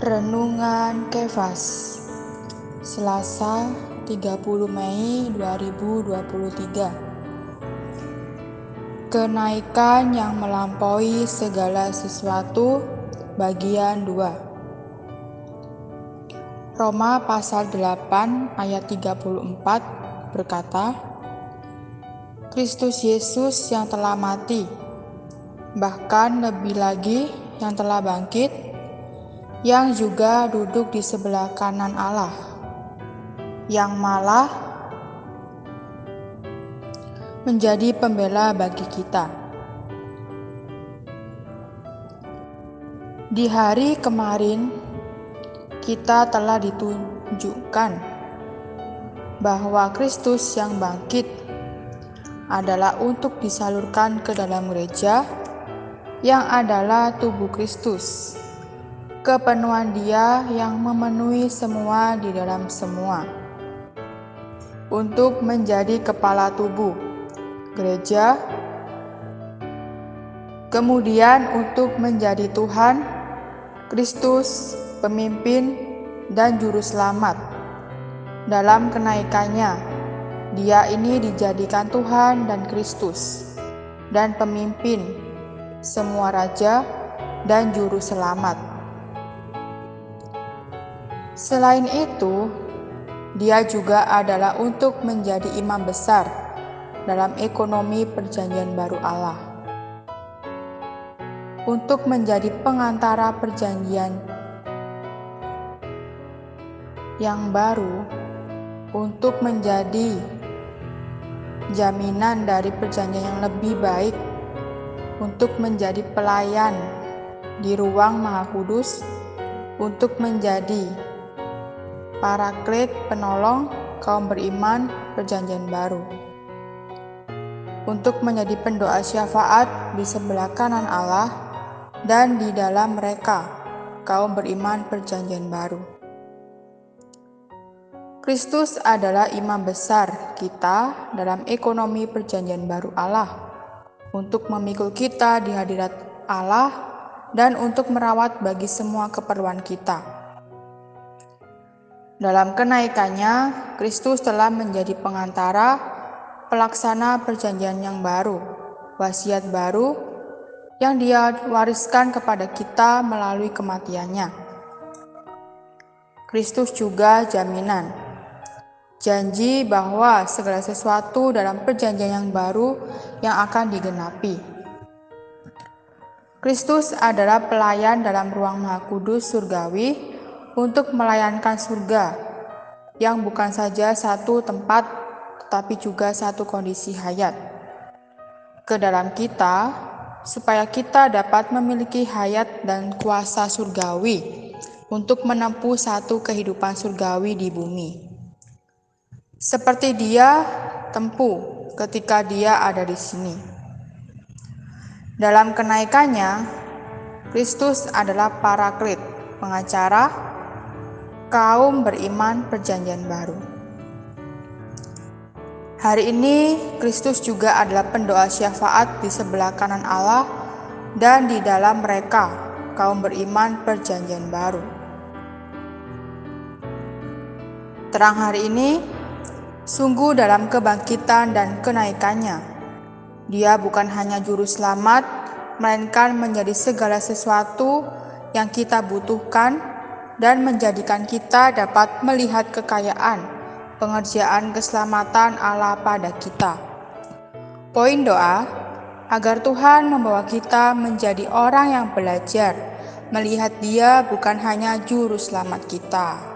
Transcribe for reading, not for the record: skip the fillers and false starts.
Renungan Kefas Selasa 30 Mei 2023. Kenaikan yang melampaui segala sesuatu, bagian 2. Roma pasal 8 ayat 34 berkata, Kristus Yesus yang telah mati, bahkan lebih lagi yang telah bangkit, yang juga duduk di sebelah kanan Allah, yang malah menjadi pembela bagi kita. Di hari kemarin, kita telah ditunjukkan bahwa Kristus yang bangkit adalah untuk disalurkan ke dalam gereja, yang adalah tubuh Kristus. Kepenuhan Dia yang memenuhi semua di dalam semua, untuk menjadi kepala tubuh gereja, kemudian untuk menjadi Tuhan, Kristus, pemimpin dan juru selamat. Dalam kenaikannya, Dia ini dijadikan Tuhan dan Kristus, dan pemimpin semua raja dan juru selamat. Selain itu, Dia juga adalah untuk menjadi imam besar dalam ekonomi perjanjian baru Allah, untuk menjadi pengantara perjanjian yang baru, untuk menjadi jaminan dari perjanjian yang lebih baik, untuk menjadi pelayan di ruang Maha Kudus, untuk menjadi Paraklet, penolong kaum beriman perjanjian baru, untuk menjadi pendoa syafaat di sebelah kanan Allah dan di dalam mereka kaum beriman perjanjian baru. Kristus adalah imam besar kita dalam ekonomi perjanjian baru Allah, untuk memikul kita di hadirat Allah dan untuk merawat bagi semua keperluan kita. Dalam kenaikannya, Kristus telah menjadi pengantara, pelaksana perjanjian yang baru, wasiat baru yang Dia wariskan kepada kita melalui kematiannya. Kristus juga jaminan, janji bahwa segala sesuatu dalam perjanjian yang baru yang akan digenapi. Kristus adalah pelayan dalam ruang Maha Kudus surgawi, untuk melayankan surga, yang bukan saja satu tempat, tetapi juga satu kondisi hayat ke dalam kita, supaya kita dapat memiliki hayat dan kuasa surgawi untuk menempuh satu kehidupan surgawi di bumi, seperti Dia tempuh ketika Dia ada di sini. Dalam kenaikannya, Kristus adalah Paraklet, pengacara kaum beriman perjanjian baru. Hari ini, Kristus juga adalah pendoa syafaat di sebelah kanan Allah dan di dalam mereka, kaum beriman perjanjian baru. Terang hari ini, sungguh dalam kebangkitan dan kenaikannya, Dia bukan hanya juru selamat, melainkan menjadi segala sesuatu yang kita butuhkan dan menjadikan kita dapat melihat kekayaan pengerjaan keselamatan Allah pada kita. Poin doa, agar Tuhan membawa kita menjadi orang yang belajar melihat Dia bukan hanya juru selamat kita.